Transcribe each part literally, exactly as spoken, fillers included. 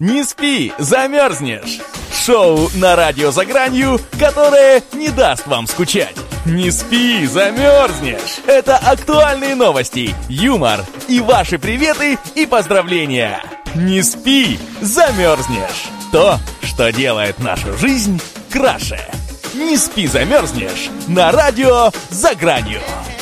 Не спи, замерзнешь. Шоу на радио «За гранью», которое не даст вам скучать. Не спи, замерзнешь. Это актуальные новости, юмор и ваши приветы и поздравления. Не спи, замерзнешь. То, что делает нашу жизнь краше. Не спи, замерзнешь. На радио «За гранью».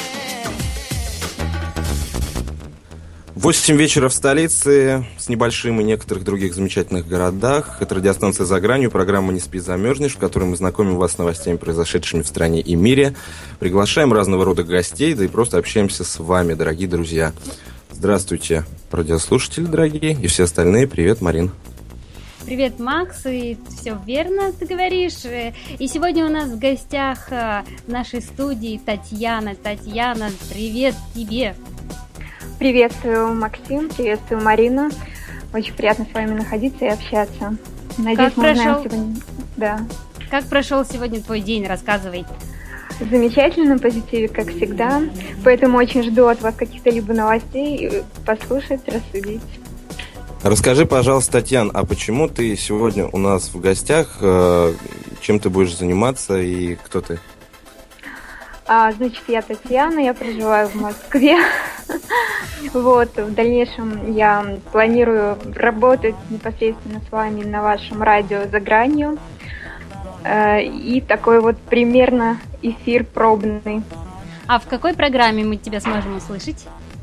восемь вечера в столице, с небольшим и некоторых других замечательных городах. Это радиостанция «За гранью», программа «Не спи, замерзнешь», в которой мы знакомим вас с новостями, произошедшими в стране и мире. Приглашаем разного рода гостей, да и просто общаемся с вами, дорогие друзья. Здравствуйте, радиослушатели дорогие, и все остальные. Привет, Марин. Привет, Макс, и все верно ты говоришь. И сегодня у нас в гостях в нашей студии Татьяна. Татьяна, привет тебе. Приветствую, Максим, приветствую, Марина. Очень приятно с вами находиться и общаться. Надеюсь, как мы прошел... узнаем сегодня... Да. Как прошел сегодня твой день? Рассказывай. Замечательно, на позитиве, как всегда. Поэтому очень жду от вас каких-то либо новостей, послушать, рассудить. Расскажи, пожалуйста, Татьяна, а почему ты сегодня у нас в гостях? Чем ты будешь заниматься и кто ты? А, значит, я Татьяна, я проживаю в Москве. Вот, в дальнейшем я планирую работать непосредственно с вами на вашем радио «За гранью». И такой вот примерно эфир пробный. А в какой программе мы тебя сможем услышать?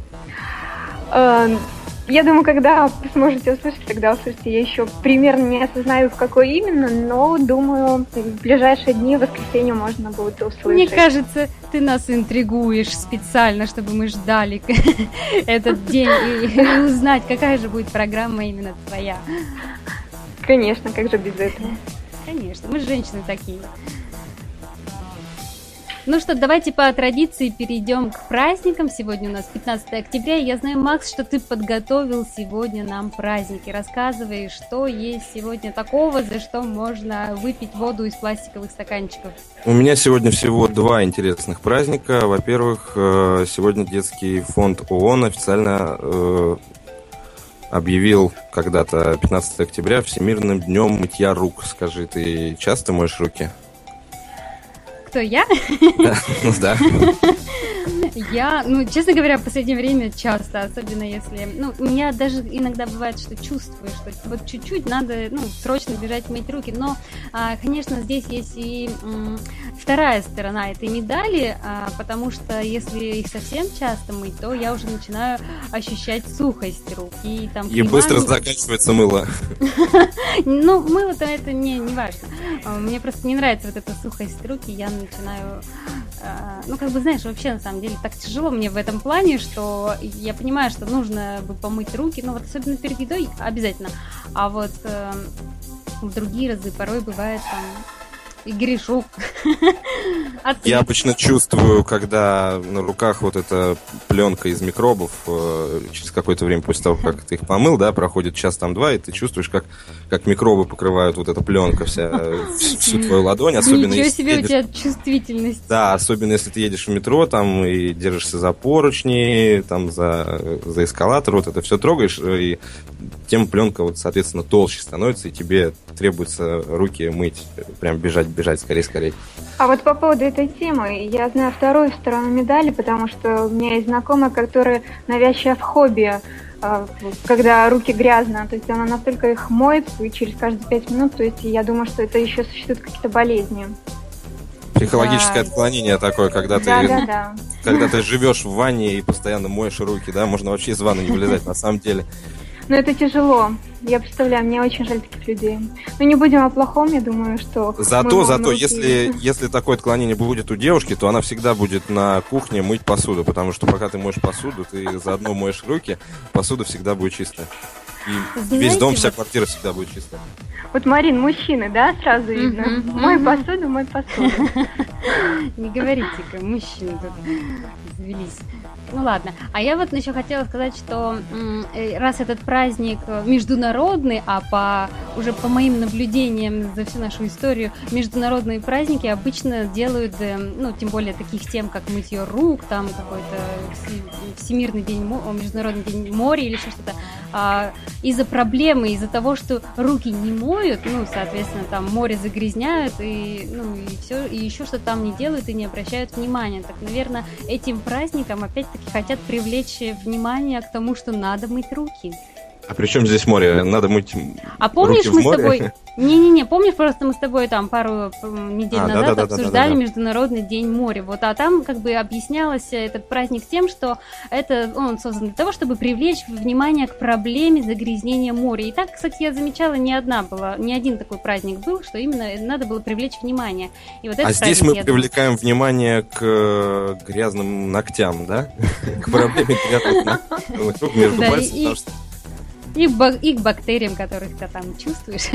Я думаю, когда сможете услышать, тогда услышите. Я еще примерно не осознаю, в какой именно, но думаю, в ближайшие дни, в воскресенье можно будет услышать. Мне кажется, ты нас интригуешь специально, чтобы мы ждали этот день и узнать, какая же будет программа именно твоя. Конечно, как же без этого? Конечно, мы женщины такие. Ну что, давайте по традиции перейдем к праздникам. Сегодня у нас пятнадцатое октября, и я знаю, Макс, что ты подготовил сегодня нам праздники. Рассказывай, что есть сегодня такого, за что можно выпить воду из пластиковых стаканчиков. У меня сегодня всего два интересных праздника. Во-первых, сегодня детский фонд ООН официально э, объявил когда-то пятнадцатое октября Всемирным днем мытья рук. Скажи, ты часто моешь руки? Кто, я? Да, ну да. Я, ну, честно говоря, в последнее время часто, особенно если, ну, у меня даже иногда бывает, что чувствую, что вот чуть-чуть надо, ну, срочно бежать мыть руки, но, а, конечно, здесь есть и м, вторая сторона этой медали, а, потому что если их совсем часто мыть, то я уже начинаю ощущать сухость рук. И, там, и быстро заканчивается мыло. Ну, мыло-то это не, не важно. Мне просто не нравится вот эта сухость рук, и я начинаю, ну, как бы, знаешь, вообще, на самом деле, так тяжело мне в этом плане, что я понимаю, что нужно бы помыть руки, ну, вот особенно перед едой обязательно, а вот э, в другие разы порой бывает там и грешу. Я обычно чувствую, когда на руках вот эта пленка из микробов, э, через какое-то время после того, как ты их помыл, да, проходит час там два, и ты чувствуешь, как, как микробы покрывают вот эта пленка вся, всю твою ладонь. Особенно Ничего если себе едешь... у тебя чувствительность. Да, особенно если ты едешь в метро там и держишься за поручни, там за, за эскалатор, вот это все трогаешь, и тем пленка вот, соответственно, толще становится, и тебе требуется руки мыть, прям бежать, бежать, скорее-скорее. А вот по поводу этой темы, я знаю вторую сторону медали, потому что у меня есть знакомая, которая навязчивая в хобби, когда руки грязно, то есть она настолько их моет через каждые пять минут, то есть я думаю, что это еще существуют какие-то болезни. Психологическое да. отклонение такое, когда да, ты, да, да. когда ты живешь в ванне и постоянно моешь руки, да, можно вообще из ванны не вылезать на самом деле. Но это тяжело. Я представляю, мне очень жаль таких людей. Но не будем о плохом, я думаю, что... Зато, зато, если, если такое отклонение будет у девушки, то она всегда будет на кухне мыть посуду, потому что пока ты моешь посуду, ты заодно моешь руки, посуда всегда будет чистая. И знаете, весь дом, вся вот... квартира всегда будет чистая. Вот, Марин, мужчины, да, сразу видно? Mm-hmm. Мой посуду, мой посуду. Не говорите-ка, мужчины тут обзавелись. Ну ладно. А я вот еще хотела сказать, что раз этот праздник международный, а по уже по моим наблюдениям за всю нашу историю, международные праздники обычно делают, ну, тем более таких тем, как мытье рук, там какой-то Всемирный день, Международный день моря или еще что-то, а, из-за проблемы, из-за того, что руки не моют, ну, соответственно, там море загрязняют, и, ну, и все, и еще что-то там не делают и не обращают внимания. Так, наверное, этим праздником опять-таки хотят привлечь внимание к тому, что надо мыть руки. А при чем здесь море? Надо мыть А помнишь, руки в мы море? с тобой... Не-не-не, помнишь, просто мы с тобой там пару недель а, назад да, да, обсуждали да, да, да. Международный день моря. Вот, а там как бы объяснялось этот праздник тем, что это он создан для того, чтобы привлечь внимание к проблеме загрязнения моря. И так, кстати, я замечала, не одна была, не один такой праздник был, что именно надо было привлечь внимание. И вот а здесь мы я привлекаем думаю... внимание к грязным ногтям, да? К проблеме грязных ногтей между пальцами, потому что... И, бак- и к бактериям, которых ты там чувствуешь.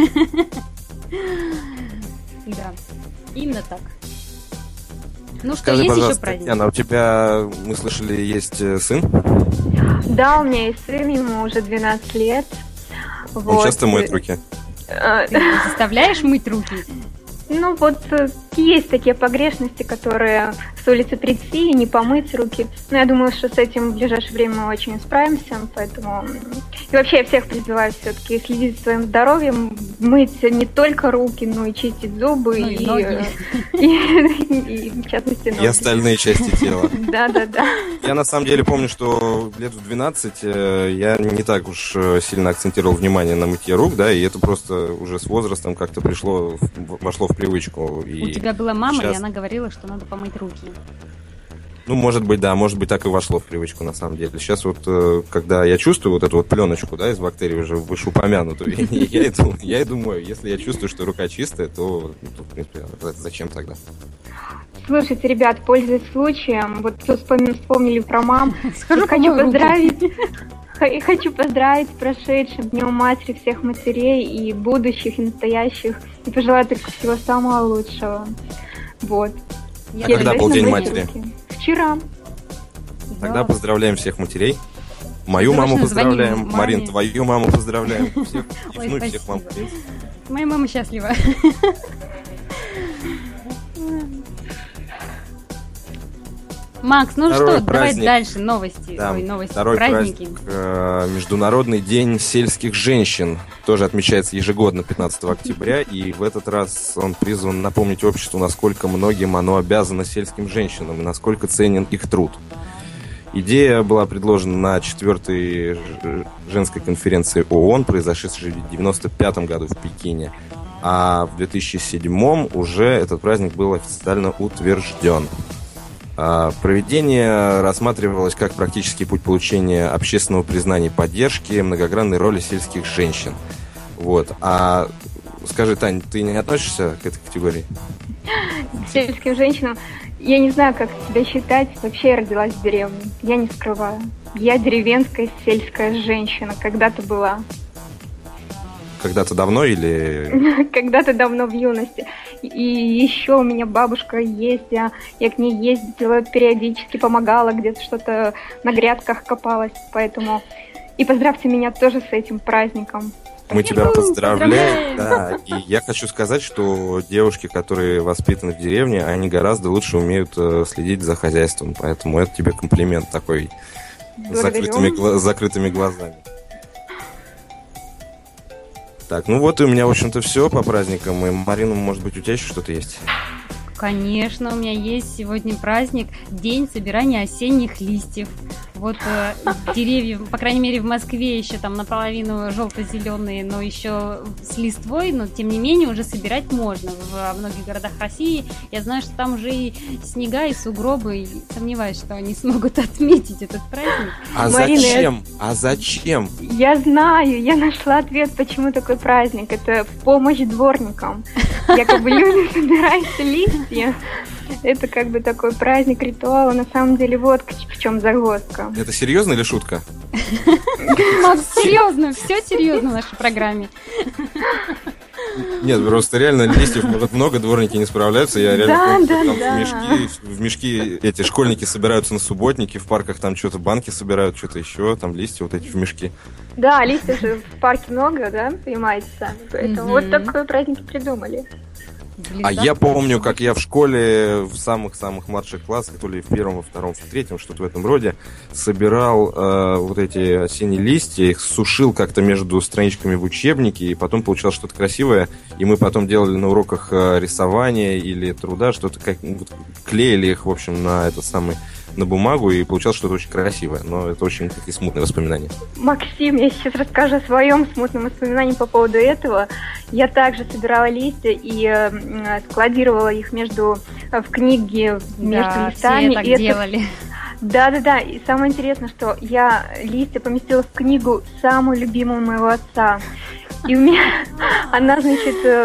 Да, именно так. Ну что, Скажи, есть еще пожалуйста, праздник? Татьяна, у тебя, мы слышали, есть сын? Да, у меня есть сын, ему уже двенадцать лет. Он Вот. часто моет руки? Ты его заставляешь мыть руки? Ну вот есть такие погрешности, которые с улицы прийти и не помыть руки. Но я думаю, что с этим в ближайшее время мы очень справимся, поэтому... И вообще я всех призываю все-таки следить за своим здоровьем, мыть не только руки, но и чистить зубы, ну, и, и, ноги. И, и, и в частности ноги. И остальные части тела. Да-да-да. Я на самом деле помню, что лет в двенадцать я не так уж сильно акцентировал внимание на мытье рук, да, и это просто уже с возрастом как-то пришло, вошло в привычку. И у тебя была мама, сейчас... и она говорила, что надо помыть руки. Ну, может быть, да, может быть, так и вошло в привычку, на самом деле. Сейчас вот, когда я чувствую вот эту вот пленочку, да, из бактерий уже вышеупомянутую, я иду, я иду мою. Если я чувствую, что рука чистая, то, в принципе, зачем тогда? Слушайте, ребят, пользуясь случаем, вот тут вспомнили про мам. Схожу, хочу поздравить. Хочу поздравить с прошедшим Днем Матери всех матерей и будущих, и настоящих, и пожелать только всего самого лучшего. Вот. А когда был День матери? Вчера. Тогда поздравляем всех матерей. Мою маму поздравляем, Марин, твою маму поздравляем. Всех, Ой, ну, всех мам. Моя мама счастлива. Макс, ну Второй что, праздник. давай дальше новости. Да, Ой, новости, второй праздники. праздник, э, Международный день сельских женщин, тоже отмечается ежегодно пятнадцатого октября, и в этот раз он призван напомнить обществу, насколько многим оно обязано сельским женщинам и насколько ценен их труд. Идея была предложена на четвертой женской конференции ООН, произошедшей в девяносто пятом году в Пекине, а в две тысячи седьмом уже этот праздник был официально утвержден. Проведение рассматривалось как практический путь получения общественного признания и поддержки многогранной роли сельских женщин. Вот. А скажи, Тань, ты не относишься к этой категории? Сельским женщинам я не знаю, как себя считать. Вообще я родилась в деревне. Я не скрываю. Я деревенская сельская женщина. Когда-то была. Когда-то давно или... Когда-то давно в юности. И еще у меня бабушка есть, я, я к ней ездила периодически, помогала, где-то что-то на грядках копалась, поэтому... И поздравьте меня тоже с этим праздником. Мы тебя поздравляем, да, и я хочу сказать, что девушки, которые воспитаны в деревне, они гораздо лучше умеют следить за хозяйством, поэтому это тебе комплимент такой с закрытыми, закрытыми глазами. Так, ну вот и у меня, в общем-то, все по праздникам. И, Марина, может быть, у тебя еще что-то есть? Конечно, у меня есть сегодня праздник, день собирания осенних листьев. Вот э, деревья, по крайней мере, в Москве еще там наполовину желто-зеленые, но еще с листвой, но тем не менее уже собирать можно. В многих городах России я знаю, что там уже и снега, и сугробы, и сомневаюсь, что они смогут отметить этот праздник. А Марина, зачем? Я... А зачем? Я знаю, я нашла ответ, почему такой праздник. Это в помощь дворникам. Якобы люди собирают листья. Это как бы такой праздник, ритуал, а на самом деле вот в чем загвоздка. Это серьезно или шутка? Макс, серьезно, все серьезно в нашей программе. Нет, просто реально листьев может много, дворники не справляются. Я реально Да, помню, да, как там да. в мешки, в мешки эти школьники собираются на субботники, в парках там что-то банки собирают, что-то еще, там листья вот эти в мешки. Да, листьев же в парке много, да, понимаете сами. Поэтому Мгм. вот такой праздник придумали. Блин, А да, я помню, хорошо. как я в школе в самых-самых младших классах, то ли в первом, во втором, в третьем, что-то в этом роде, собирал э, вот эти осенние листья, их сушил как-то между страничками в учебнике, и потом получалось что-то красивое, и мы потом делали на уроках э, рисования или труда, что-то как вот, клеили их, в общем, на этот самый на бумагу, и получалось что-то очень красивое, но это очень такие смутные воспоминания. Максим, я сейчас расскажу о своем смутном воспоминании по поводу этого. Я также собирала листья и э, складировала их между в книге между Да, листами. все так и это- делали. Да-да-да, и самое интересное, что я листья поместила в книгу самую любимую моего отца. И у меня она, значит, э,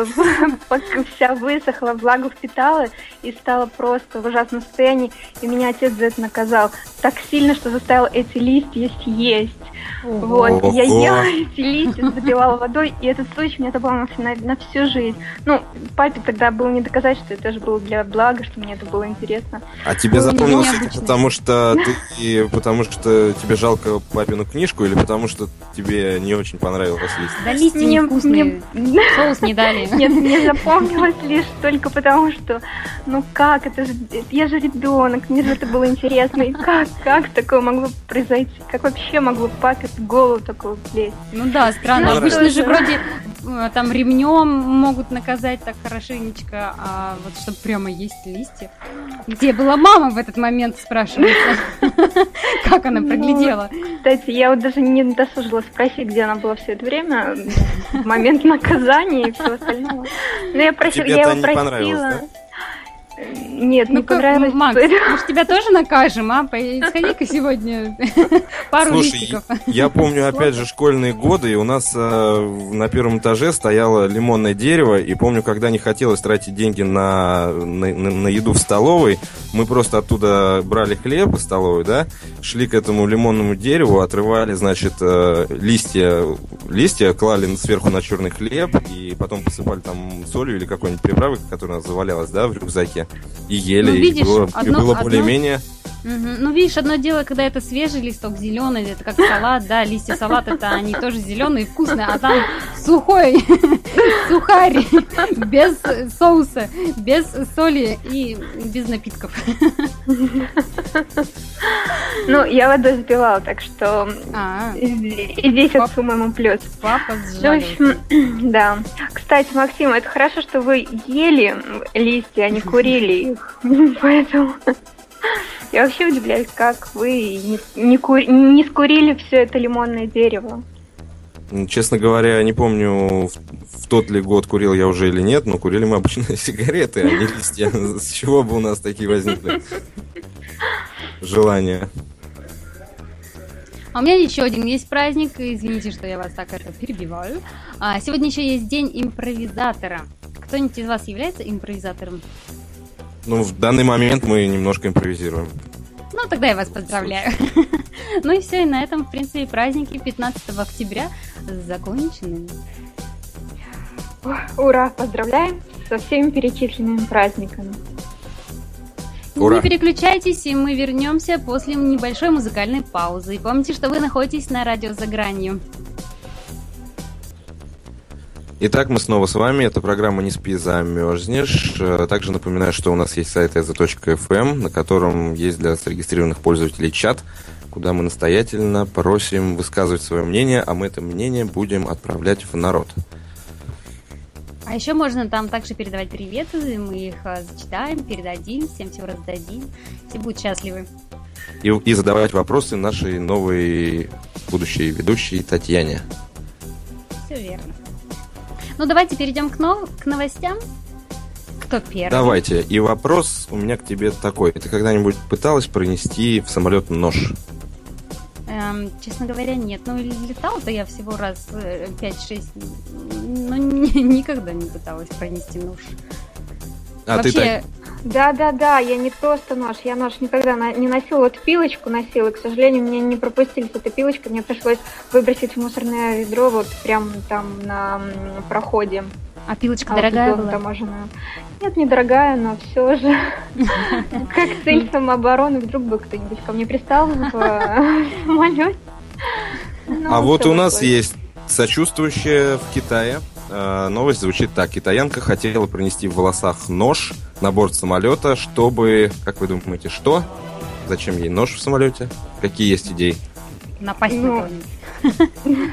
вся высохла, влагу впитала и стала просто в ужасном состоянии. И меня отец за это наказал так сильно, что заставил эти листья съесть. Вот, Ого. я ела эти листья, запивала водой, и этот случай мне запомнился на, на всю жизнь. Ну, папе тогда было не доказать, что это же было для блага, что мне это было интересно. А тебе Ой, запомнилось это необычно. потому, что ты, потому что тебе жалко папину книжку, или потому что тебе не очень понравилось листья? Да листья Мне- невкусные, мне- соус не дали. Нет, мне запомнилось лишь только потому, что, ну как, это же, я же ребенок, мне же это было интересно, и как, как такое могло произойти, как вообще могло папе в голову такое влезть? Ну да, странно. Ну, Обычно что же же. вроде э, там ремнем могут наказать так хорошенечко, а вот чтобы прямо есть листья. Где была мама в этот момент, спрашивается? Как она проглядела? Кстати, я вот даже не досужилась спросить, где она была все это время, в момент наказания и всего остального. Но я просила, Тебе я это его не понравилось, простила. Нет, не Ну как, понравилось. Макс, что это- мы ж тебя тоже накажем, а? Пой- Сходи-ка сегодня пару Слушай, листиков. я помню, опять же, школьные годы, и у нас э, на первом этаже стояло лимонное дерево, и помню, когда не хотелось тратить деньги на, на, на- на еду в столовой, мы просто оттуда брали хлеб из столовой, да, шли к этому лимонному дереву, отрывали, значит, э, листья, листья клали сверху на черный хлеб, и потом посыпали там солью или какой-нибудь приправой, которая у нас завалялась, да, в рюкзаке, и ели, Ну, и видишь, было, и одно- было одно- более-менее... Мгм. Ну, видишь, одно дело, когда это свежий листок, зеленый, это как салат, да, листья салата, это они тоже зеленые, вкусные, а там сухой сухарь, без соуса, без соли и без напитков. Ну, я водой запивала, так что А, и и здесь это, по-моему, плюс. папа Ну, в сжалился. общем, да. Кстати, Максим, это хорошо, что вы ели листья, а не курили их. Поэтому я вообще удивляюсь, как вы не, не, кури- не скурили все это лимонное дерево. М, Честно говоря, не помню, в, в тот ли год курил я уже или нет, но курили мы обычно сигареты, а не листья. С чего бы у нас такие возникли желания? А у меня еще один есть праздник, извините, что я вас так это перебиваю. А, сегодня еще есть день импровизатора. Кто-нибудь из вас является импровизатором? Ну, в данный момент мы немножко импровизируем. Ну, тогда я вас поздравляю. Ну и все, и на этом, в принципе, праздники пятнадцатого октября закончены. Ура, поздравляем со всеми перечисленными праздниками. Ура! Не переключайтесь, и мы вернемся после небольшой музыкальной паузы. И помните, что вы находитесь на радио «За гранью». Итак, мы снова с вами. Это программа «Не спи, замерзнешь». Э, Также напоминаю, что у нас есть сайт эза точка эф эм, на котором есть для зарегистрированных пользователей чат, куда мы настоятельно просим высказывать свое мнение, а мы это мнение будем отправлять в народ. А еще можно там также передавать приветы, мы их а, зачитаем, передадим, всем все раздадим. Все будут счастливы. И, и задавать вопросы нашей новой будущей ведущей Татьяне. Все верно. Ну, давайте перейдем к, нов- к новостям. Кто первый? Давайте. И вопрос у меня к тебе такой. Ты когда-нибудь пыталась пронести в самолет нож? Эм, честно говоря, нет. Ну, летала-то я всего раз э, пять-шесть, но ни- никогда не пыталась пронести нож. А Вообще, ты так... Да-да-да, я не просто нож, я нож никогда не носила, вот пилочку носила, к сожалению, меня не пропустили с этой пилочкой, мне пришлось выбросить в мусорное ведро вот прям там на проходе. А пилочка а дорогая была? Таможенную. Нет, не дорогая, но все же, как цель самообороны, вдруг бы кто-нибудь ко мне пристал в самолете. А вот у нас есть сочувствующая в Китае. Новость звучит так. Китаянка хотела пронести в волосах нож на борт самолета, чтобы... Как вы думаете, что? Зачем ей нож в самолете? Какие есть идеи? Напасть на кого-нибудь.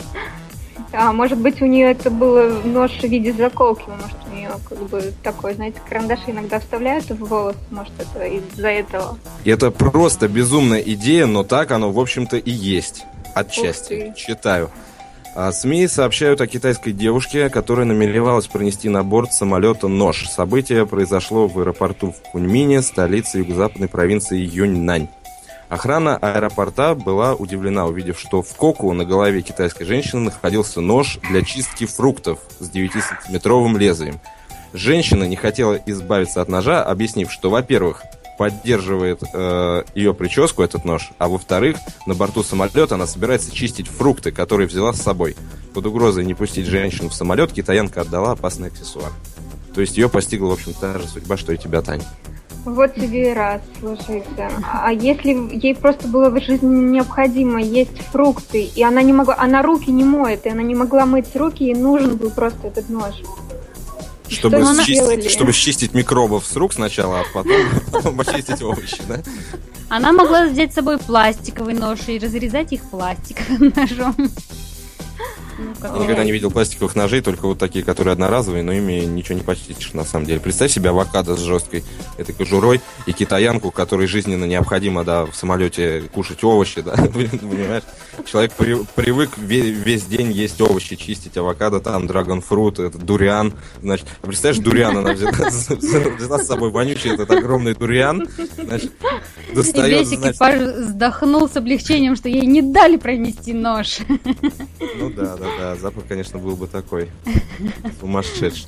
А может быть, у нее это был нож в виде заколки. Может, у нее как бы такой, знаете, карандаши иногда вставляют в волос. Может, это из-за этого. И это просто безумная идея, но так оно, в общем-то, и есть. Отчасти. Читаю. СМИ сообщают о китайской девушке, которая намеревалась пронести на борт самолета нож. Событие произошло в аэропорту в Куньмине, столице юго-западной провинции Юньнань. Охрана аэропорта была удивлена, увидев, что в коку на голове китайской женщины находился нож для чистки фруктов с девятисантиметровым лезвием. Женщина не хотела избавиться от ножа, объяснив, что, во-первых, поддерживает э, ее прическу, этот нож, а во-вторых, на борту самолета она собирается чистить фрукты, которые взяла с собой. Под угрозой не пустить женщину в самолет китаянка отдала опасный аксессуар. То есть ее постигла, в общем, та же судьба, что и тебя, Тань. Вот тебе и раз, слушайте. А если ей просто было в жизни необходимо есть фрукты, и она не могла, она руки не моет, и она не могла мыть руки, ей нужен был просто этот нож. Чтобы, счистить, чтобы счистить микробов с рук сначала, а потом, потом почистить овощи, да? Она могла взять с собой пластиковый нож и разрезать их пластиковым ножом. Ну, я никогда не видел пластиковых ножей, только вот такие, которые одноразовые, но ими ничего не почистишь на самом деле. Представь себе авокадо с жесткой этой кожурой и китаянку, которой жизненно необходимо, да, в самолете кушать овощи, да, понимаешь? Человек при, привык весь, весь день есть овощи, чистить авокадо, там, драгонфрут, это дуриан, значит, а представляешь, дуриан она взяла, взяла с собой вонючий этот огромный дуриан, значит, достает, и весь экипаж вздохнул с облегчением, что ей не дали пронести нож. Ну да, да. Да, запах, конечно, был бы такой сумасшедший.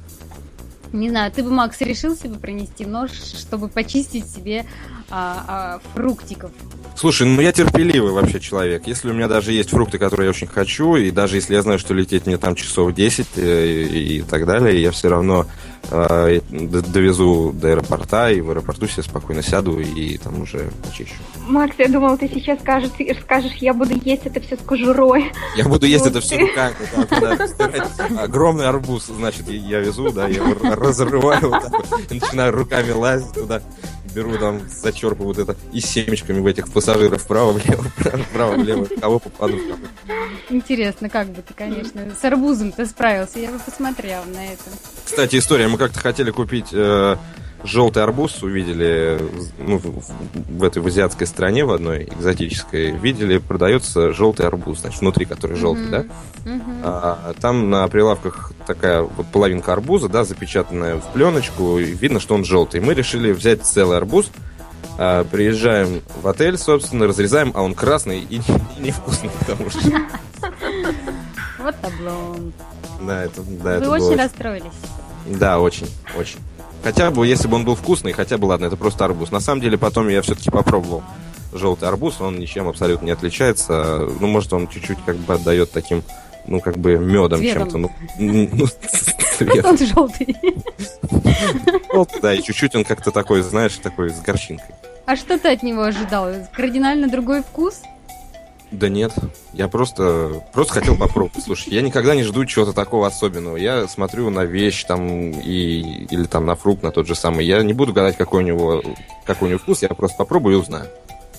Не знаю, ты бы, Макс, решился бы пронести нож, чтобы почистить себе а, а, фруктиков? Слушай, ну я терпеливый вообще человек. Если у меня даже есть фрукты, которые я очень хочу, и даже если я знаю, что лететь мне там часов десять и, и так далее, я все равно э, довезу до аэропорта, и в аэропорту себе спокойно сяду и там уже почищу. Макс, я думала, ты сейчас скажешь, скажешь, я буду есть это все с кожурой. Я буду есть это все руками. Огромный арбуз, значит, я везу, да, я его разрываю вот так вот, и начинаю руками лазить туда. Беру там, зачерпываю вот это и семечками в этих пассажиров вправо-влево, вправо-влево, кого попаду. Интересно, как бы ты, конечно, с арбузом-то справился, я бы посмотрела на это. Кстати, история, мы как-то хотели купить э, желтый арбуз, увидели, ну, в, в этой в азиатской стране, в одной экзотической, видели, продается желтый арбуз, значит, внутри который желтый, mm-hmm. да? Mm-hmm. А, там на прилавках такая вот половинка арбуза, да, запечатанная в пленочку, и видно, что он желтый. Мы решили взять целый арбуз, а, приезжаем в отель, собственно, разрезаем, а он красный и, и невкусный, потому что... Вот таблон. Да, это, да, Вы это очень было... расстроились. Да, очень, очень. Хотя бы, если бы он был вкусный, хотя бы, ладно, это просто арбуз. На самом деле, потом я все-таки попробовал желтый арбуз, он ничем абсолютно не отличается. Ну, может, он чуть-чуть как бы отдает таким, ну, как бы медом чем-то. Ну, ну, он желтый. Да, и чуть-чуть он как-то такой, знаешь, такой с горчинкой. А что ты от него ожидал? Кардинально другой вкус? Да нет, я просто, просто хотел попробовать. Слушай, я никогда не жду чего-то такого особенного. Я смотрю на вещь там и, или там на фрукт, на тот же самый. Я не буду гадать, какой у него, какой у него вкус, я просто попробую и узнаю.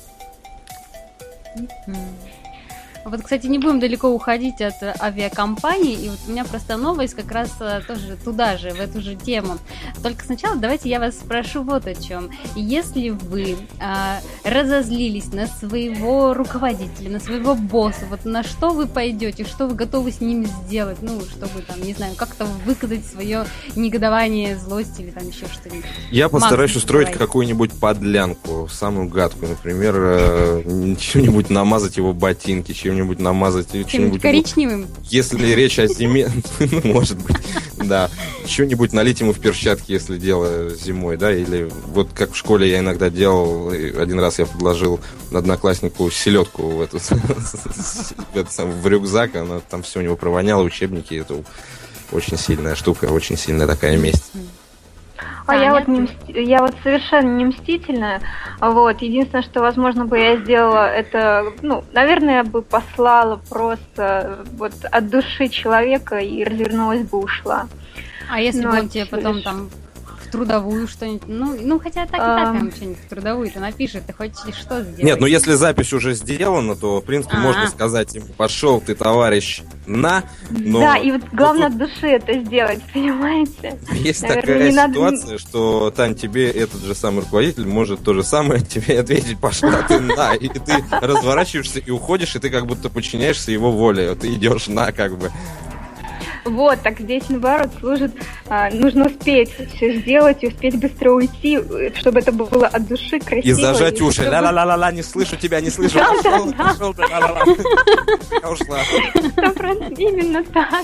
Вот, кстати, не будем далеко уходить от авиакомпаний, и вот у меня просто новость как раз тоже туда же, в эту же тему. Только сначала давайте я вас спрошу вот о чем. Если вы а, разозлились на своего руководителя, на своего босса, вот на что вы пойдете, что вы готовы с ним сделать, ну, чтобы там, не знаю, как-то выказать свое негодование, злость или там еще что-нибудь? Я постараюсь Макс, устроить давай. какую-нибудь подлянку, самую гадкую, например, чем-нибудь намазать его ботинки, чем-нибудь намазать, чем-нибудь коричневым. Если речь о семье, ну, может быть. Да. Что-нибудь налить ему в перчатки, если дело зимой, да, или вот как в школе я иногда делал, один раз я подложил однокласснику селедку в, эту, в, этот, в рюкзак, она там все у него провоняло, учебники, это очень сильная штука, очень сильная такая месть. А я вот, не мсти... я вот совершенно не мстительная. Вот. Единственное, что, возможно, бы я сделала, это, ну, наверное, я бы послала просто вот от души человека и развернулась бы, ушла. А если Но бы он тебе потом лишь... там в трудовую что-нибудь, ну, ну хотя так и так там что-нибудь в трудовую-то напишет, ты хочешь что сделать? Нет, ну если запись уже сделана, то, в принципе, А-а-а. можно сказать ему, пошел ты, товарищ, на, но... Да, и вот главное от души это сделать, понимаете? Есть Наверное, такая ситуация, надо... что, Тань, тебе этот же самый руководитель может то же самое тебе ответить, пошла ты на, и ты разворачиваешься и уходишь, и ты как будто подчиняешься его воле, ты идешь на, как бы. Вот, так здесь, наоборот, служит, а, нужно успеть все сделать и успеть быстро уйти, чтобы это было от души красиво. И зажать и уши. Чтобы... Ла-ла-ла-ла, не слышу тебя, не слышу. Да, пошел, да, пошел, да. Ла-ла-ла. Я ушла. Именно так.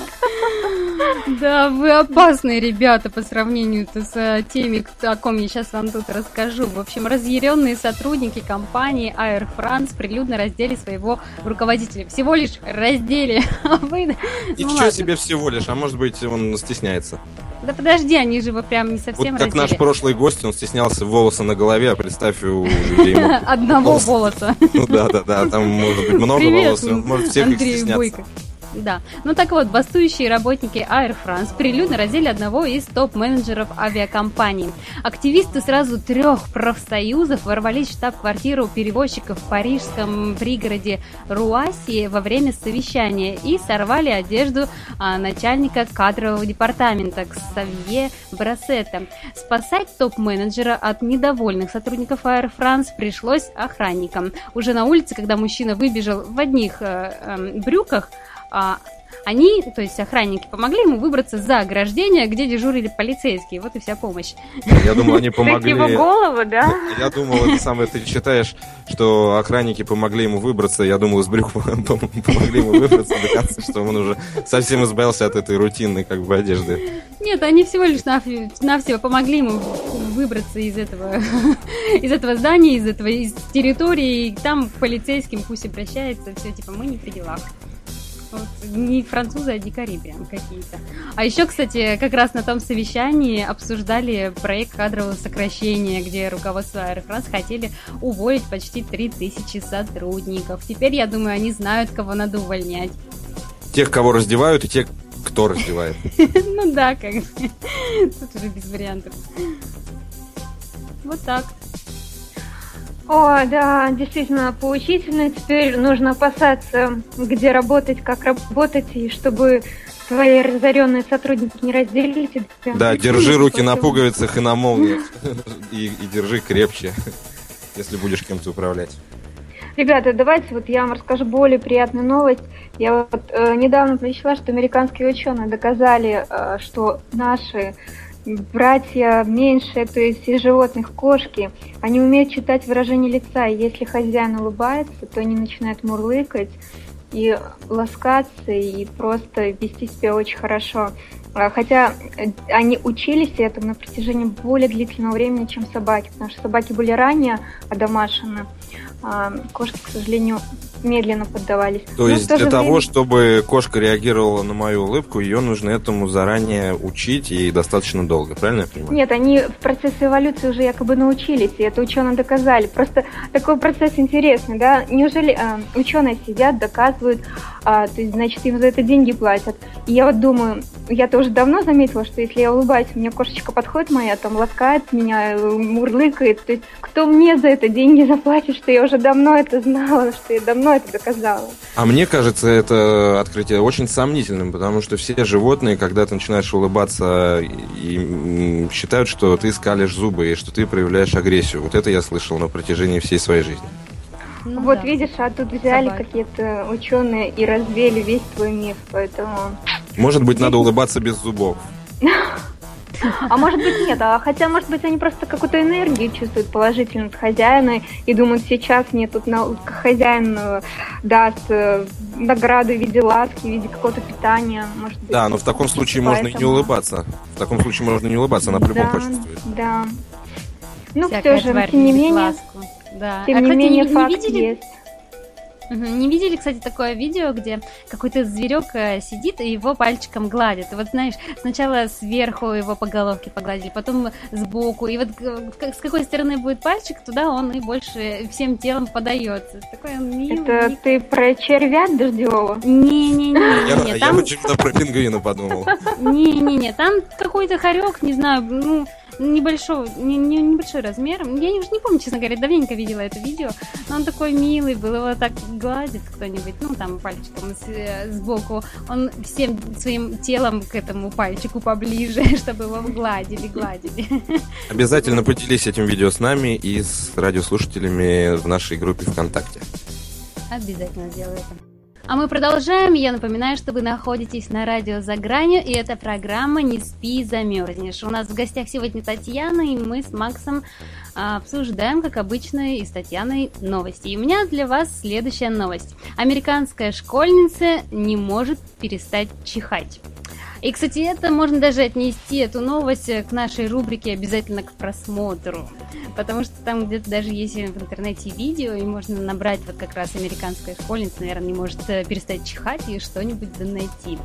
Да, вы опасные ребята по сравнению с теми, о ком я сейчас вам тут расскажу. В общем, разъяренные сотрудники компании Air France прилюдно раздели своего руководителя. Всего лишь раздели. И ну, что себе всего лишь, а может быть он стесняется. Да подожди, они же его прям не совсем вот как раздели. Наш прошлый гость, он стеснялся волоса на голове, а представь, у людей... Одного волоса. Ну да, да, да, там может быть много волос, он может всех их стесняться. Да. Ну так вот, бастующие работники Air France прилюдно раздели одного из топ-менеджеров авиакомпании. Активисты сразу трех профсоюзов ворвались в штаб-квартиру перевозчиков в парижском пригороде Руасси во время совещания и сорвали одежду а, начальника кадрового департамента Ксавье Брассета. Спасать топ-менеджера от недовольных сотрудников Air France пришлось охранникам. Уже на улице, когда мужчина выбежал в одних э, э, брюках, А, они, то есть охранники, помогли ему выбраться за ограждение, где дежурили полицейские. Вот и вся помощь. Я думал, они помогли... его голову, да? Я думал, это самое, ты читаешь, что охранники помогли ему выбраться. Я думал, из брюк помогли ему выбраться до конца, что он уже совсем избавился от этой рутинной как бы одежды. Нет, они всего лишь навсего помогли ему выбраться из этого, из этого здания, из этого из территории. И там к полицейским пусть обращается, все типа мы не при делах. Вот, не французы, а дикари прям какие-то. А еще, кстати, как раз на том совещании обсуждали проект кадрового сокращения, где руководство Air France хотели уволить почти три тысячи сотрудников. Теперь, я думаю, они знают, кого надо увольнять. Тех, кого раздевают, и тех, кто раздевает. Ну да, как бы. Тут уже без вариантов. Вот так. О, да, действительно поучительно. Теперь нужно опасаться, где работать, как работать, и чтобы твои разоренные сотрудники не разделили тебя. Да, держи руки на пуговицах и на молниях. И, и держи крепче, если будешь кем-то управлять. Ребята, давайте вот я вам расскажу более приятную новость. Я вот э, недавно прочла, что американские ученые доказали, э, что наши братья меньшие, то есть из животных кошки, они умеют читать выражение лица, и если хозяин улыбается, то они начинают мурлыкать и ласкаться, и просто вести себя очень хорошо. Хотя они учились этому на протяжении более длительного времени, чем собаки, потому что собаки были ранее одомашены, а кошки, к сожалению, медленно поддавались. То Но есть для время... того, чтобы кошка реагировала на мою улыбку, ее нужно этому заранее учить и достаточно долго, правильно я понимаю? Нет, они в процессе эволюции уже якобы научились, и это ученые доказали. Просто такой процесс интересный, да? Неужели э, ученые сидят, доказывают, э, то есть, значит, им за это деньги платят. И я вот думаю, я-то уже давно заметила, что если я улыбаюсь, мне кошечка подходит моя, там ласкает меня, мурлыкает, то есть кто мне за это деньги заплатит, что я уже давно это знала, что я давно это доказала. А мне кажется, это открытие очень сомнительным, потому что все животные, когда ты начинаешь улыбаться, и считают, что ты скалишь зубы и что ты проявляешь агрессию. Вот это я слышал на протяжении всей своей жизни. Ну, вот да. Видишь, а тут взяли Собаки. Какие-то ученые и развели весь твой миф, поэтому... Может быть, надо улыбаться без зубов. А может быть нет, а хотя может быть они просто какую-то энергию чувствуют положительную от хозяина и думают, сейчас мне тут на, хозяин даст э, награду в виде ласки, в виде какого-то питания. Может быть, да, но в таком случае можно и не улыбаться. В таком случае можно не улыбаться, она по-любому да, почувствует. Да. Ну Всякая все же, тварь тем не любит менее, ласку. Да. тем а, не кстати, менее не, факт не видели? есть. Угу. Не видели, кстати, такое видео, где какой-то зверек сидит и его пальчиком гладит. И вот знаешь, сначала сверху его по головке погладили, потом сбоку. И вот с какой стороны будет пальчик, туда он и больше всем телом подается. Такой он милый. Это милый. ты про червя дождевого? Не-не-не. Я, там... я почему-то про пингвина подумал. Не-не-не, там какой-то хорек, не знаю, ну... Небольшой, не, не, небольшой размер. Я уже не помню, честно говоря, давненько видела это видео. Но он такой милый был, его так гладит кто-нибудь, ну там пальчиком с, сбоку. Он всем своим телом к этому пальчику поближе, чтобы его гладили, гладили. Обязательно поделись этим видео с нами и с радиослушателями в нашей группе ВКонтакте. Обязательно сделаю это. А мы продолжаем. Я напоминаю, что вы находитесь на радио «За гранью», и это программа «Не спи, замерзнешь». У нас в гостях сегодня Татьяна, и мы с Максом а, обсуждаем, как обычно, и с Татьяной новости. И у меня для вас следующая новость. Американская школьница не может перестать чихать. И, кстати, это можно даже отнести, эту новость, к нашей рубрике обязательно к просмотру. Потому что там где-то даже есть в интернете видео, и можно набрать вот как раз американская школьница, наверное, не может перестать чихать и что-нибудь да найти.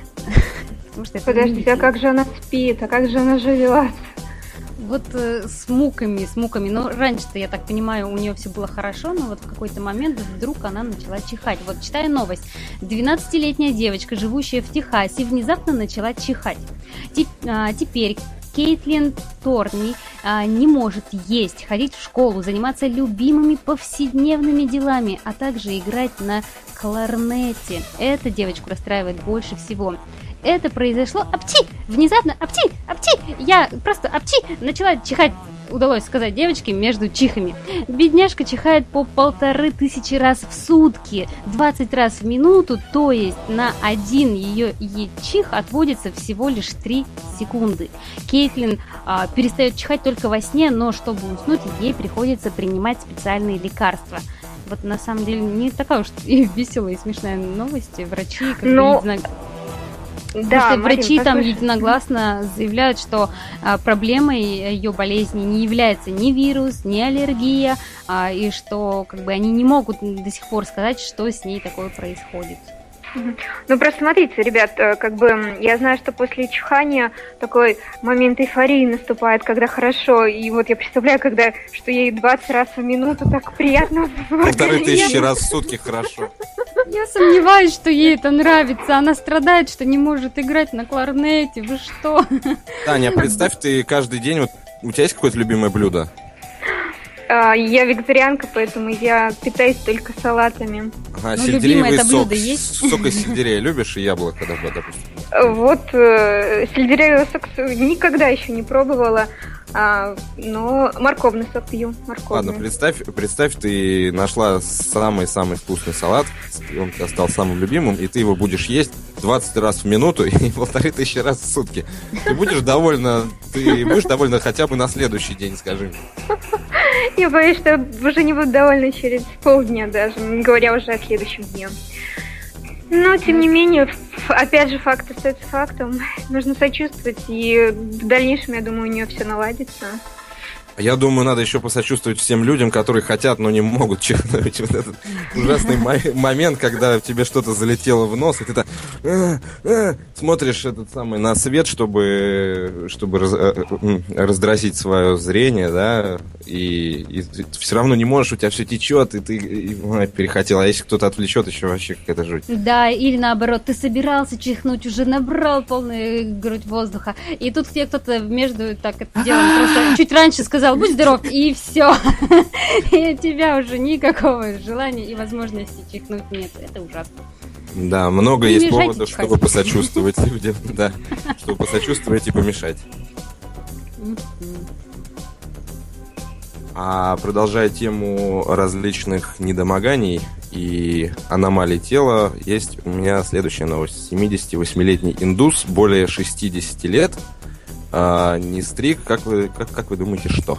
Подождите, а как же она спит? А как же она живет? Вот э, с муками, с муками. Но раньше-то, я так понимаю, у нее все было хорошо, но вот в какой-то момент вдруг она начала чихать. Вот читаю новость. двенадцатилетняя девочка, живущая в Техасе, внезапно начала чихать. Теп- а, теперь Кейтлин Торни а, не может есть, ходить в школу, заниматься любимыми повседневными делами, а также играть на кларнете. Эта девочку расстраивает больше всего. Это произошло апчи! Внезапно апчи! Апчи! Я просто апчи! Начала чихать, удалось сказать девочке, между чихами. Бедняжка чихает по полторы тысячи раз в сутки, двадцать раз в минуту, то есть на один ее чих отводится всего лишь три секунды. Кейтлин а, перестает чихать только во сне, но чтобы уснуть, ей приходится принимать специальные лекарства. Вот на самом деле не такая уж и веселая и смешная новость. Врачи, как но... бы, Да, Потому что Марин, врачи там послушай. единогласно заявляют, что а, проблемой ее болезни не является ни вирус, ни аллергия, а, и что как бы они не могут до сих пор сказать, что с ней такое происходит. Ну, просто смотрите, ребят, как бы я знаю, что после чихания такой момент эйфории наступает, когда хорошо, и вот я представляю, когда, что ей двадцать раз в минуту так приятно. Полторы тысячи раз в сутки хорошо. Я сомневаюсь, что ей это нравится. Она страдает, что не может играть на кларнете. Вы что? Таня, представь, ты каждый день, вот у тебя есть какое-то любимое блюдо? Я вегетарианка, поэтому я питаюсь только салатами. Ага, ну, сельдереевый сок. Есть? Сок из сельдерея любишь и яблоко, допустим? Вот, э, сельдереевый сок никогда еще не пробовала, а, но морковный сок пью. Морковный. Ладно, представь, представь, ты нашла самый-самый вкусный салат, он тебя стал самым любимым, и ты его будешь есть двадцать раз в минуту и полторы тысячи раз в сутки. Ты будешь довольна, ты будешь довольна хотя бы на следующий день, скажи мне. Я боюсь, что уже не буду довольна через полдня даже, не говоря уже о следующем дне. Но, тем не менее, опять же, факт остается фактом. Нужно сочувствовать, и в дальнейшем, я думаю, у нее все наладится. Я думаю, надо еще посочувствовать всем людям, которые хотят, но не могут чихнуть. Вот этот ужасный момент, когда тебе что-то залетело в нос, и ты так а, а, смотришь этот самый на свет, чтобы, чтобы раз, раздразнить свое зрение, да, и, и ты все равно не можешь, у тебя все течет, и ты и, ой, перехотел. А если кто-то отвлечет, еще вообще какая-то жуть. Да, или наоборот, ты собирался чихнуть, уже набрал полную грудь воздуха, и тут тебе кто-то между так это делом просто чуть раньше сказал: будь здоров, и все. И у тебя уже никакого желания и возможности чихнуть нет. Это ужасно. Да, много не есть поводов, чихать, чтобы посочувствовать людям. Да, чтобы посочувствовать и помешать. А продолжая тему различных недомоганий и аномалий тела, есть у меня следующая новость. семидесятивосьмилетний индус, более шестидесяти лет, а, не стриг. Как вы, как, как вы думаете, что?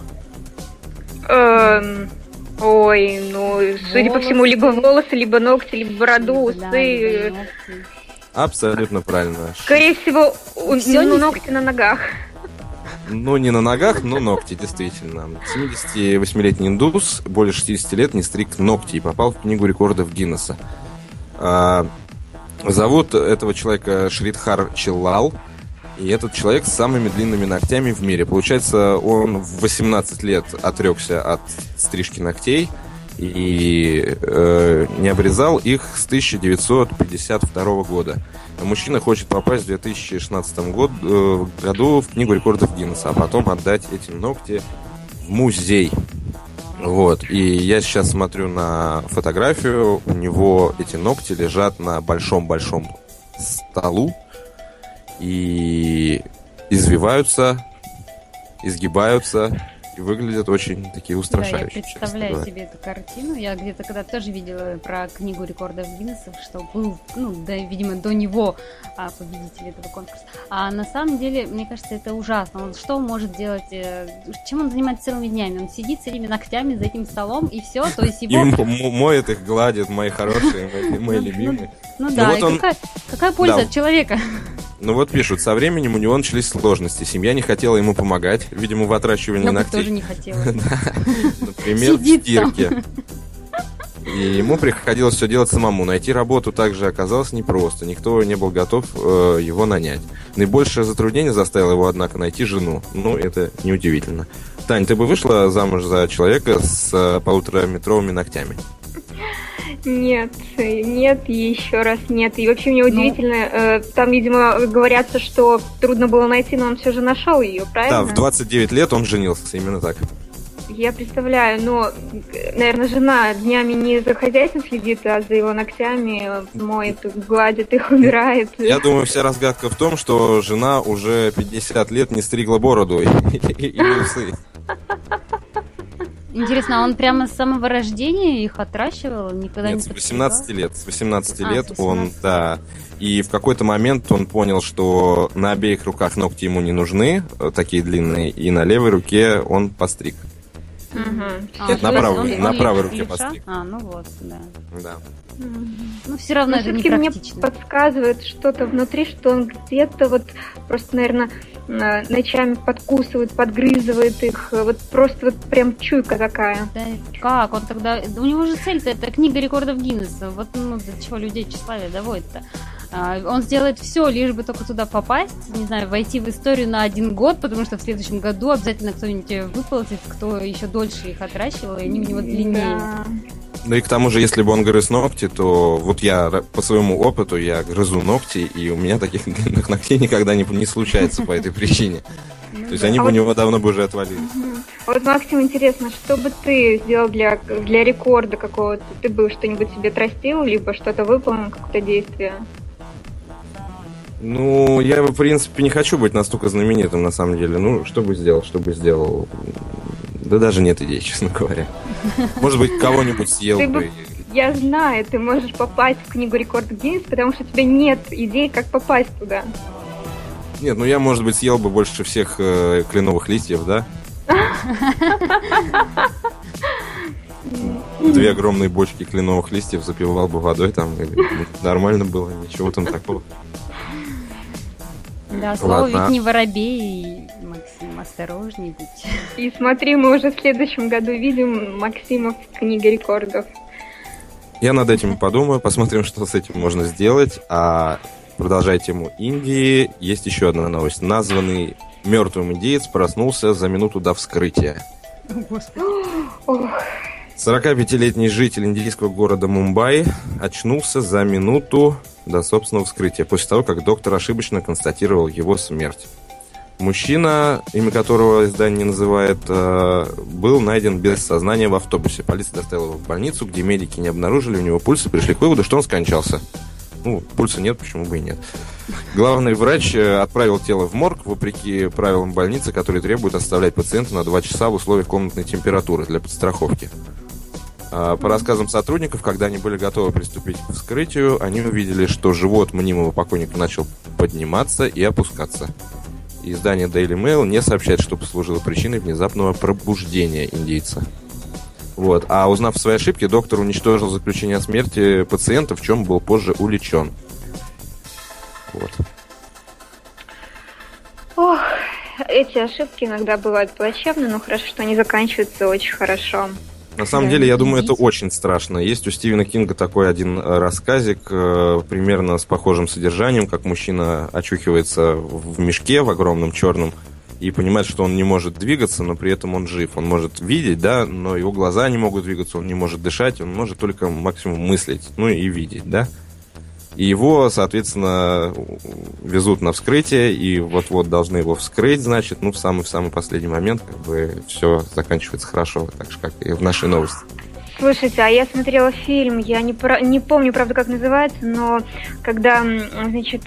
Эм, ой, ну, судя по всему, либо волосы, либо ногти, либо бороду, Да, усы. да, ногти. Абсолютно правильно. Скорее всего, у- Всё ну, не ногти на ногах. Ну, не на ногах, но ногти, действительно. семидесятивосьмилетний индус, более шестьдесят лет, не стриг ногти и попал в книгу рекордов Гиннесса. А, зовут этого человека Шридхар Чиллал, и этот человек с самыми длинными ногтями в мире. Получается, он в восемнадцать лет отрекся от стрижки ногтей и э, не обрезал их с тысяча девятьсот пятьдесят второго года. Мужчина хочет попасть в две тысячи шестнадцатом год, э, году в книгу рекордов Гиннесса, а потом отдать эти ногти в музей. Вот. И я сейчас смотрю на фотографию. У него эти ногти лежат на большом-большом столу и извиваются, изгибаются и выглядят очень такие устрашающие. Да, я представляю себе эту картину. Я где-то когда тоже видела про книгу рекордов Гиннесса, что был, ну, да, видимо, до него а, победитель этого конкурса. А на самом деле, мне кажется, это ужасно. Он что может делать? Э, чем он занимается целыми днями? Он сидит целыми ногтями за этим столом и все. То есть его... И моет их, гладит, мои хорошие, мои, мои любимые. Ну да, вот и он... какая, какая польза Да. от человека? Ну вот пишут, со временем у него начались сложности. Семья не хотела ему помогать, видимо, в отращивании Я бы ногтей. тоже не хотела. Например, в Сидит стирке. И ему приходилось все делать самому. Найти работу также оказалось непросто. Никто не был готов э, его нанять. Наибольшее затруднение заставило его, однако, найти жену. Ну, это неудивительно. Тань, ты бы вышла замуж за человека с э, полутораметровыми ногтями? Нет, нет, и еще раз нет. И вообще мне Ну. удивительно, э, там, видимо, говорятся, что трудно было найти, но он все же нашел ее, правильно? Да, в двадцать девять лет он женился, именно так. Я представляю, но, наверное, жена днями не за хозяйством следит, а за его ногтями моет, гладит их, убирает. Я думаю, вся разгадка в том, что жена уже пятьдесят лет не стригла бороду и, и, и усы. Интересно, а он прямо с самого рождения их отращивал? Никогда Нет, не с подстригал? восемнадцати лет. С восемнадцати А, лет с он, восемнадцати. да. И в какой-то момент он понял, что на обеих руках ногти ему не нужны, э, такие длинные, и на левой руке он постриг. Мгм. А, Нет, то на есть правой- он- на он правой лев- руке левша? постриг. А, ну вот, да. Да. Ну, все равно Но это все-таки мне непрактично. подсказывает что-то внутри, что он где-то вот просто, наверное, э, ночами подкусывает, подгрызывает их. Вот просто вот прям чуйка такая. Да как? Он тогда... У него же цель-то это книга рекордов Гиннесса. Вот ну, до чего людей тщеславие доводит-то. А, он сделает все, лишь бы только туда попасть, не знаю, войти в историю на один год, потому что в следующем году обязательно кто-нибудь выползет, кто еще дольше их отращивал, и они у него длиннее. Да. Ну и к тому же, если бы он грыз ногти, то вот я ра- по своему опыту, я грызу ногти, и у меня таких длинных ногтей никогда не, не случается по этой причине. То есть они А бы у вот- него давно бы уже отвалились. А вот, Максим, интересно, что бы ты сделал для, для рекорда какого-то? Ты бы что-нибудь себе отрастил, либо что-то выполнил, какое-то действие? Ну, я, в принципе, не хочу быть настолько знаменитым, на самом деле. Ну, что бы сделал, что бы сделал? Да даже нет идей, честно говоря. Может быть, кого-нибудь съел Ты бы. бы- Я знаю, ты можешь попасть в книгу рекордов Гиннесса, потому что у тебя нет идей, как попасть туда. Нет, ну я, может быть, съел бы больше всех э, кленовых листьев, да? Две огромные бочки кленовых листьев запивал бы водой там, и нормально было, ничего там такого. Да, слово Ладно. ведь не воробей, Максим, осторожней будь. И смотри, мы уже в следующем году видим Максима в книге рекордов. Я над этим подумаю, посмотрим, что с этим можно сделать. А продолжая тему Индии, есть еще одна новость. Названный мертвым индеец проснулся за минуту до вскрытия. Ох, сорокапятилетний житель индийского города Мумбаи очнулся за минуту до собственного вскрытия, после того, как доктор ошибочно констатировал его смерть. Мужчина, имя которого издание не называет, э, был найден без сознания в автобусе. Полиция доставила его в больницу, где медики не обнаружили у него пульса, пришли к выводу, что он скончался. Ну, пульса нет, почему бы и нет. Главный врач э, отправил тело в морг, вопреки правилам больницы, которые требуют оставлять пациента на два часа в условиях комнатной температуры для подстраховки. А, По рассказам сотрудников, когда они были готовы приступить к вскрытию, они увидели, что живот мнимого покойника начал подниматься и опускаться. Издание Daily Mail не сообщает, что послужило причиной внезапного пробуждения индейца. Вот. А узнав о своей ошибке, доктор уничтожил заключение о смерти пациента, в чем был позже уличен. Вот. Ох, эти ошибки иногда бывают плачевны, но хорошо, что они заканчиваются очень хорошо. На самом деле, я думаю, это очень страшно. Есть у Стивена Кинга такой один рассказик, э, примерно с похожим содержанием, как мужчина очухивается в мешке, в огромном черном, и понимает, что он не может двигаться, но при этом он жив. Он может видеть, да, но его глаза не могут двигаться, он не может дышать, он может только максимум мыслить, ну и видеть, да. И его, соответственно, везут на вскрытие, и вот-вот должны его вскрыть, значит, ну, в самый-в самый последний момент, как бы, все заканчивается хорошо, так же, как и в нашей новости. Слушайте, а я смотрела фильм, я не, про... не помню, правда, как называется, но когда, значит,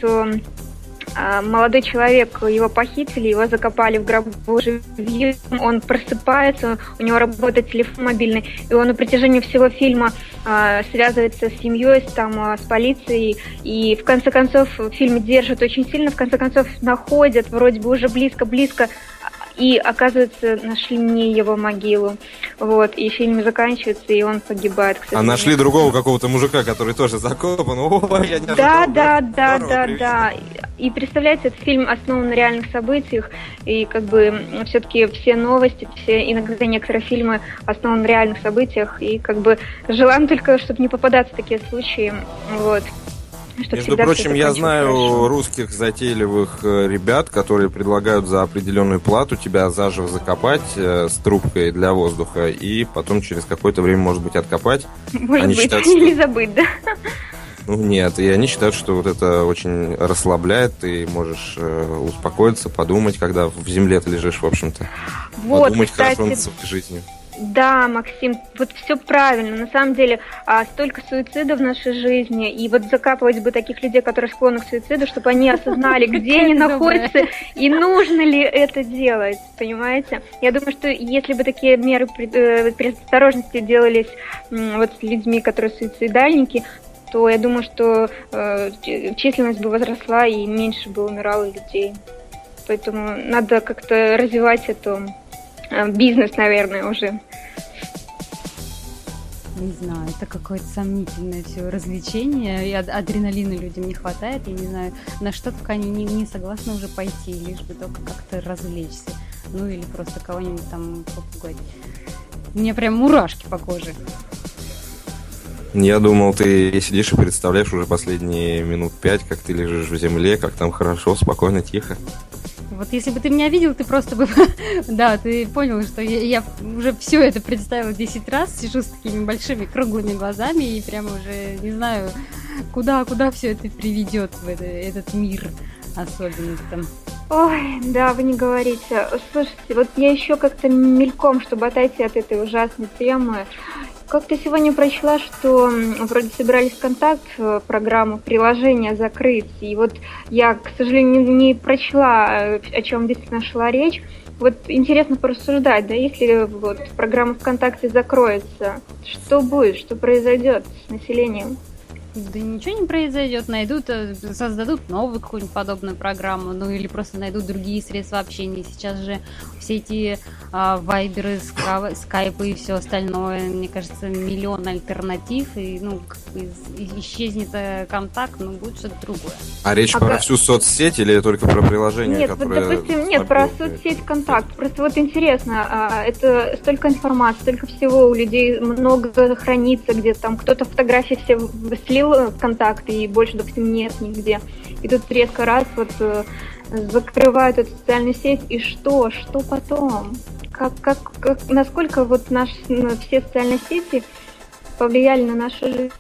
молодой человек, его похитили, его закопали в гробу живьем, он просыпается, у него работает телефон мобильный, и он на протяжении всего фильма э, связывается с семьей, с, там, с полицией, и в конце концов фильм держит очень сильно, в конце концов находят, вроде бы уже близко-близко, и, оказывается, нашли не его могилу. Вот, и фильм заканчивается, и он погибает, кстати. А нашли другого какого-то мужика, который тоже закопан. О, я не ожидал. Да, да, да, да, да. И представляете, этот фильм основан на реальных событиях, и как бы все-таки все новости, все, иногда некоторые фильмы основаны на реальных событиях, и как бы желаем только, чтобы не попадаться в такие случаи, вот. Между прочим, я знаю хорошо. русских затейливых ребят, которые предлагают за определенную плату тебя заживо закопать э, с трубкой для воздуха и потом через какое-то время, может быть, откопать. Может они быть, считают, или что... забыть, да? Ну, нет, и они считают, что вот это очень расслабляет, ты можешь э, успокоиться, подумать, когда в земле ты лежишь, в общем-то. Вот, подумать кстати... хорошо над своей жизнью. Да, Максим, вот все правильно. На самом деле, а, столько суицидов в нашей жизни, и вот закапывать бы таких людей, которые склонны к суициду, чтобы они осознали, где они находятся и нужно ли это делать, понимаете? Я думаю, что если бы такие меры предосторожности делались вот с людьми, которые суицидальники, то я думаю, что э, численность бы возросла и меньше бы умирало людей. Поэтому надо как-то развивать эту бизнес, наверное, уже. Не знаю, это какое-то сомнительное все развлечение, и адреналина людям не хватает, я не знаю, на что только они не, не согласны уже пойти, лишь бы только как-то развлечься, ну или просто кого-нибудь там попугать. У меня прям мурашки по коже. Я думал, ты сидишь и представляешь уже последние минут пять, как ты лежишь в земле, как там хорошо, спокойно, тихо. Вот если бы ты меня видел, ты просто бы... да, ты понял, что я, я уже все это представила десять раз, сижу с такими большими круглыми глазами и прямо уже не знаю, куда, куда все это приведет в это, этот мир особенный там. Ой, да, вы не говорите. Слушайте, вот я еще как-то мельком, чтобы отойти от этой ужасной темы, как-то сегодня прочла, что вроде собирались ВКонтакт программу приложения закрыть, и вот я, к сожалению, не прочла, о чем действительно шла речь. Вот интересно порассуждать, да, если вот программа ВКонтакте закроется, что будет, что произойдет с населением? Да ничего не произойдет, найдут, создадут новую какую-нибудь подобную программу, ну или просто найдут другие средства общения. Сейчас же все эти а, вайберы, ска- скайпы и все остальное, мне кажется, миллион альтернатив, и ну как бы исчезнет контакт, но будет что-то другое. А речь а про как... всю соцсеть или только про приложение, нет, которое... Вот, допустим, нет, про соцсеть ВКонтакт. Просто вот интересно, это столько информации, столько всего у людей много хранится, где там кто-то фотографии все слил ВКонтакт, и больше, допустим, нет нигде. И тут резко раз вот э, закрывают эту социальную сеть, и что? Что потом? Как, как, как, насколько вот наши, ну, все социальные сети повлияли на нашу жизнь?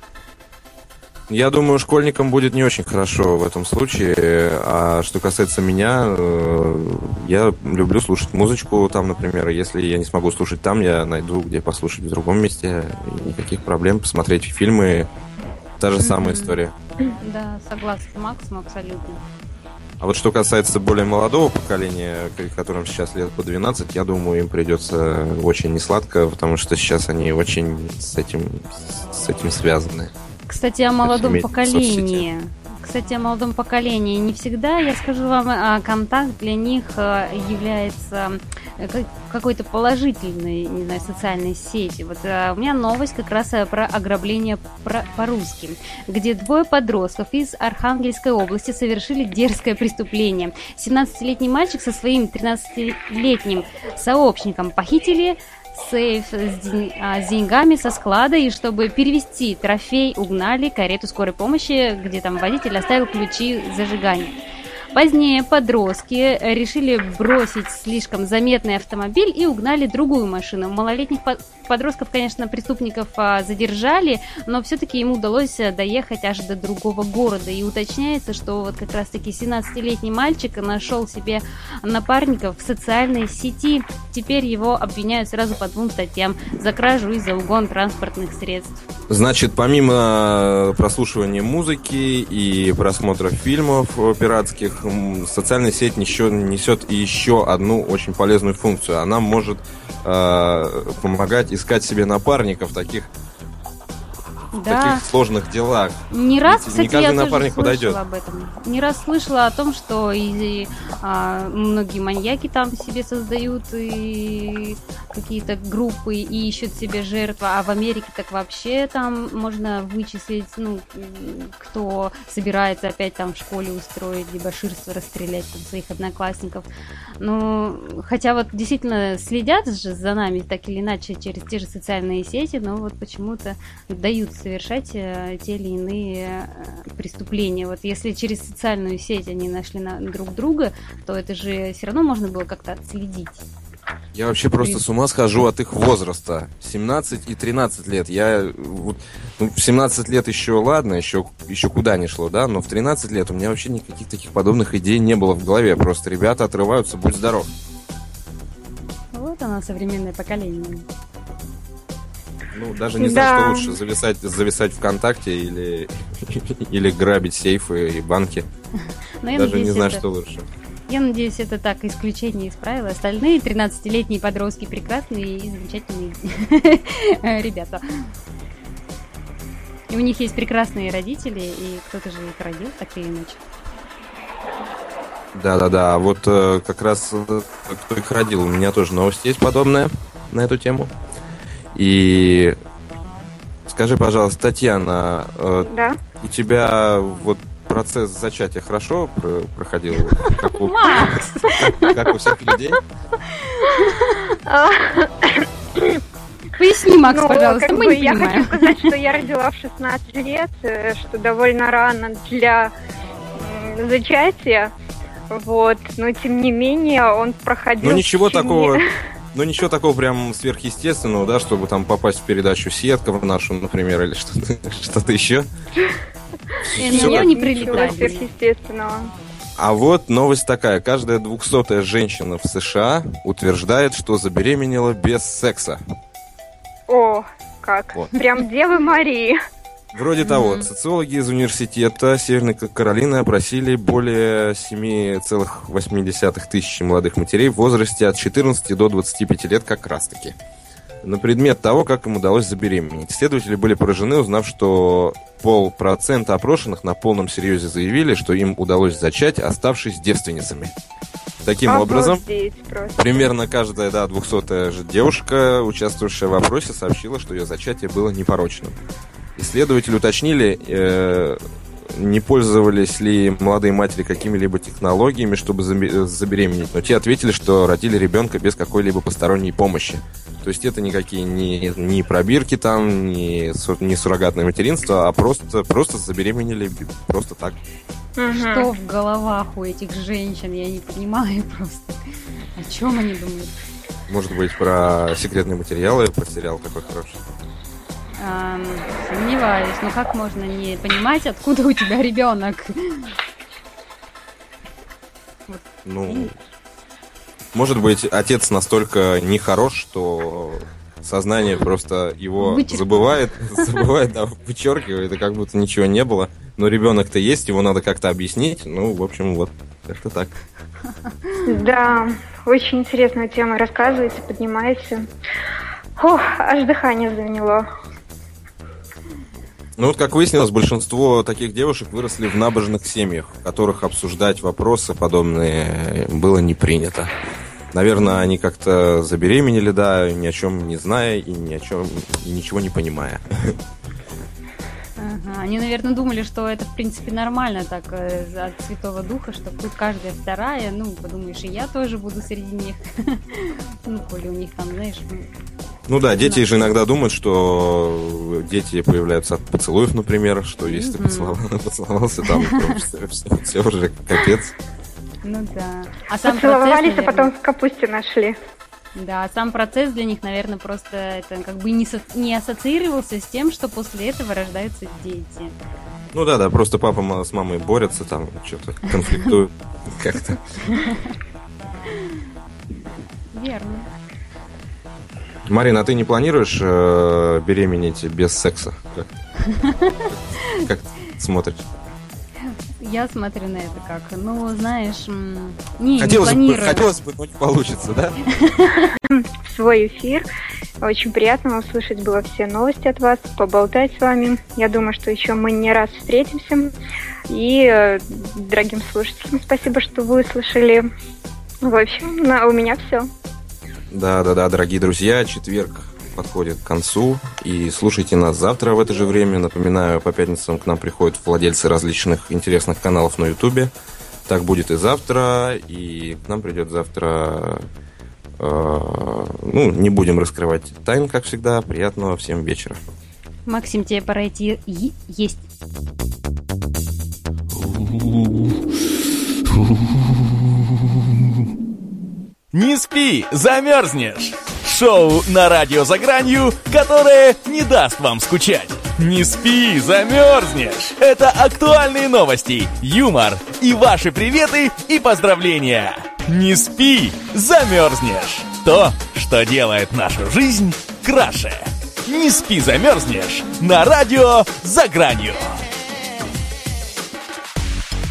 Я думаю, школьникам будет не очень хорошо в этом случае. А что касается меня, э, я люблю слушать музычку там, например. Если я не смогу слушать там, я найду, где послушать в другом месте. И никаких проблем. Посмотреть фильмы. Та же самая история. Да, согласна с Максом абсолютно. А вот что касается более молодого поколения, которым сейчас лет по двенадцать, я думаю, им придется очень несладко, потому что сейчас они очень с этим, с этим связаны. Кстати, о молодом поколении. кстати, о молодом поколении. Не всегда, я скажу вам, контакт для них является какой-то положительной, не знаю, социальной сети. Вот у меня новость как раз про ограбление по-русски, где двое подростков из Архангельской области совершили дерзкое преступление. семнадцатилетний мальчик со своим тринадцатилетним сообщником похитили сейф с, день, а, с деньгами со склада, и чтобы перевести трофей, угнали карету скорой помощи, где там водитель оставил ключи зажигания. Позднее подростки решили бросить слишком заметный автомобиль и угнали другую машину. Малолетних подростков, конечно, преступников задержали, но все-таки ему удалось доехать аж до другого города. И уточняется, что вот как раз-таки семнадцатилетний мальчик нашел себе напарников в социальной сети. Теперь его обвиняют сразу по двум статьям: за кражу и за угон транспортных средств. Значит, помимо прослушивания музыки и просмотра фильмов пиратских, социальная сеть еще несет еще одну очень полезную функцию. Она может э, помогать искать себе напарников таких, в да. таких сложных делах. Не раз, Ведь кстати, не каждый я напарник тоже подойдет. слышала об этом. Не раз слышала о том, что и, и, а, многие маньяки там себе создают и какие-то группы и ищут себе жертв. А в Америке так вообще там можно вычислить, ну, кто собирается опять там в школе устроить дебоширство, расстрелять там своих одноклассников. Ну, хотя вот действительно следят же за нами так или иначе через те же социальные сети, но вот почему-то дают совершать те или иные преступления. Вот если через социальную сеть они нашли на друг друга, то это же все равно можно было как-то отследить. Я вообще просто с ума схожу от их возраста. семнадцать и тринадцать лет. Я вот, ну, в семнадцать лет еще ладно, еще, еще куда ни шло, да, но в тринадцать лет у меня вообще никаких таких подобных идей не было в голове. Просто ребята отрываются, будь здоров. Вот оно, современное поколение. Ну, даже не Да. знаю, что лучше, зависать, зависать ВКонтакте или, или грабить сейфы и банки. Но я Даже надеюсь, не знаю, это... что лучше. Я надеюсь, это так, исключение из правила. Остальные тринадцатилетние подростки прекрасные и замечательные ребята. И у них есть прекрасные родители, и кто-то же их родил, так или иначе. Да-да-да, вот э, как раз э, кто их родил, у меня тоже новость есть подобная на эту тему. И скажи, пожалуйста, Татьяна, э, Да. у тебя вот процесс зачатия хорошо про- проходил? Как у, как у всех людей? Поясни, Макс, Ну, пожалуйста, как мы бы не я понимаем. хочу сказать, что я родила в шестнадцать лет, э, что довольно рано для м, зачатия. Вот, но тем не менее он проходил. Ну ничего в течение- такого, ну ничего такого прям сверхъестественного, да, чтобы там попасть в передачу «Сетка» в нашу, например, или что-то, что-то еще. И Всё на нее как- не Ничего прилетали. сверхъестественного. А вот новость такая. Каждая двухсотая женщина в США утверждает, что забеременела без секса. О, как. Вот. Прям Девы Марии. Вроде того, социологи из университета Северной Каролины опросили более семь целых восемь десятых тысячи молодых матерей в возрасте от четырнадцати до двадцати пяти лет как раз-таки на предмет того, как им удалось забеременеть. Исследователи были поражены, узнав, что полпроцента опрошенных на полном серьезе заявили, что им удалось зачать, оставшись девственницами. Таким образом, Обалдеть просто. примерно каждая, да, двухсотая же девушка, участвовавшая в опросе, сообщила, что ее зачатие было непорочным. Исследователи уточнили, э, не пользовались ли молодые матери какими-либо технологиями, чтобы забеременеть, но те ответили, что родили ребенка без какой-либо посторонней помощи. То есть это никакие не, не пробирки там, не, не суррогатное материнство, а просто, просто забеременели просто так. Мгм. Что в головах у этих женщин, я не понимаю просто. О чем они думают? Может быть, про секретные материалы, про сериал такой хороший. Эм, сомневаюсь, но как можно не понимать, откуда у тебя ребенок? Ну, может быть, отец настолько нехорош, что сознание просто его Вычеркивает. забывает, забывает, да, вычеркивает, и как будто ничего не было. Но ребенок-то есть, его надо как-то объяснить. Ну, в общем, вот, как-то так. Да, очень интересную тему рассказываете, поднимаете. Ох, аж дыхание заняло. Ну вот, как выяснилось, большинство таких девушек выросли в набожных семьях, в которых обсуждать вопросы подобные было не принято. Наверное, они как-то забеременели, да, ни о чем не зная и ни о чем, и ничего не понимая. Ага. Они, наверное, думали, что это, в принципе, нормально так от Святого Духа, что тут каждая вторая, ну, подумаешь, и я тоже буду среди них. Ну, коли у них там, знаешь... Ну да, дети же иногда думают, что дети появляются от поцелуев, например, что если ты поцеловался, там все уже капец. Ну да. А сам Поцеловались, процесс, а потом в капусте нашли. Да, сам процесс для них, наверное, просто это как бы не, со- не ассоциировался с тем, что после этого рождаются дети. Ну да, да, просто папа с мамой борются, там что-то конфликтуют как-то. Верно. Марина, а ты не планируешь э, беременеть без секса? Как, как ты смотришь? Я смотрю на это как, ну, знаешь, м- не, Хотелось, не бы, планирую. хотелось бы, но не получится, да? Свой эфир. Очень приятно услышать было все новости от вас, поболтать с вами. Я думаю, что еще мы не раз встретимся. И э, дорогим слушателям спасибо, что вы услышали. В общем, на, у меня все. Да-да-да, дорогие друзья, четверг подходит к концу, и слушайте нас завтра в это же время. Напоминаю, по пятницам к нам приходят владельцы различных интересных каналов на Ютубе. Так будет и завтра, и к нам придет завтра... Э, ну, не будем раскрывать тайн, как всегда. Приятного всем вечера. Максим, тебе пора идти и есть. Не спи, замерзнешь! Шоу на радио «За гранью», которое не даст вам скучать. Не спи, замерзнешь! Это актуальные новости, юмор и ваши приветы и поздравления. Не спи, замерзнешь! То, что делает нашу жизнь краше. Не спи, замерзнешь! На радио «За гранью».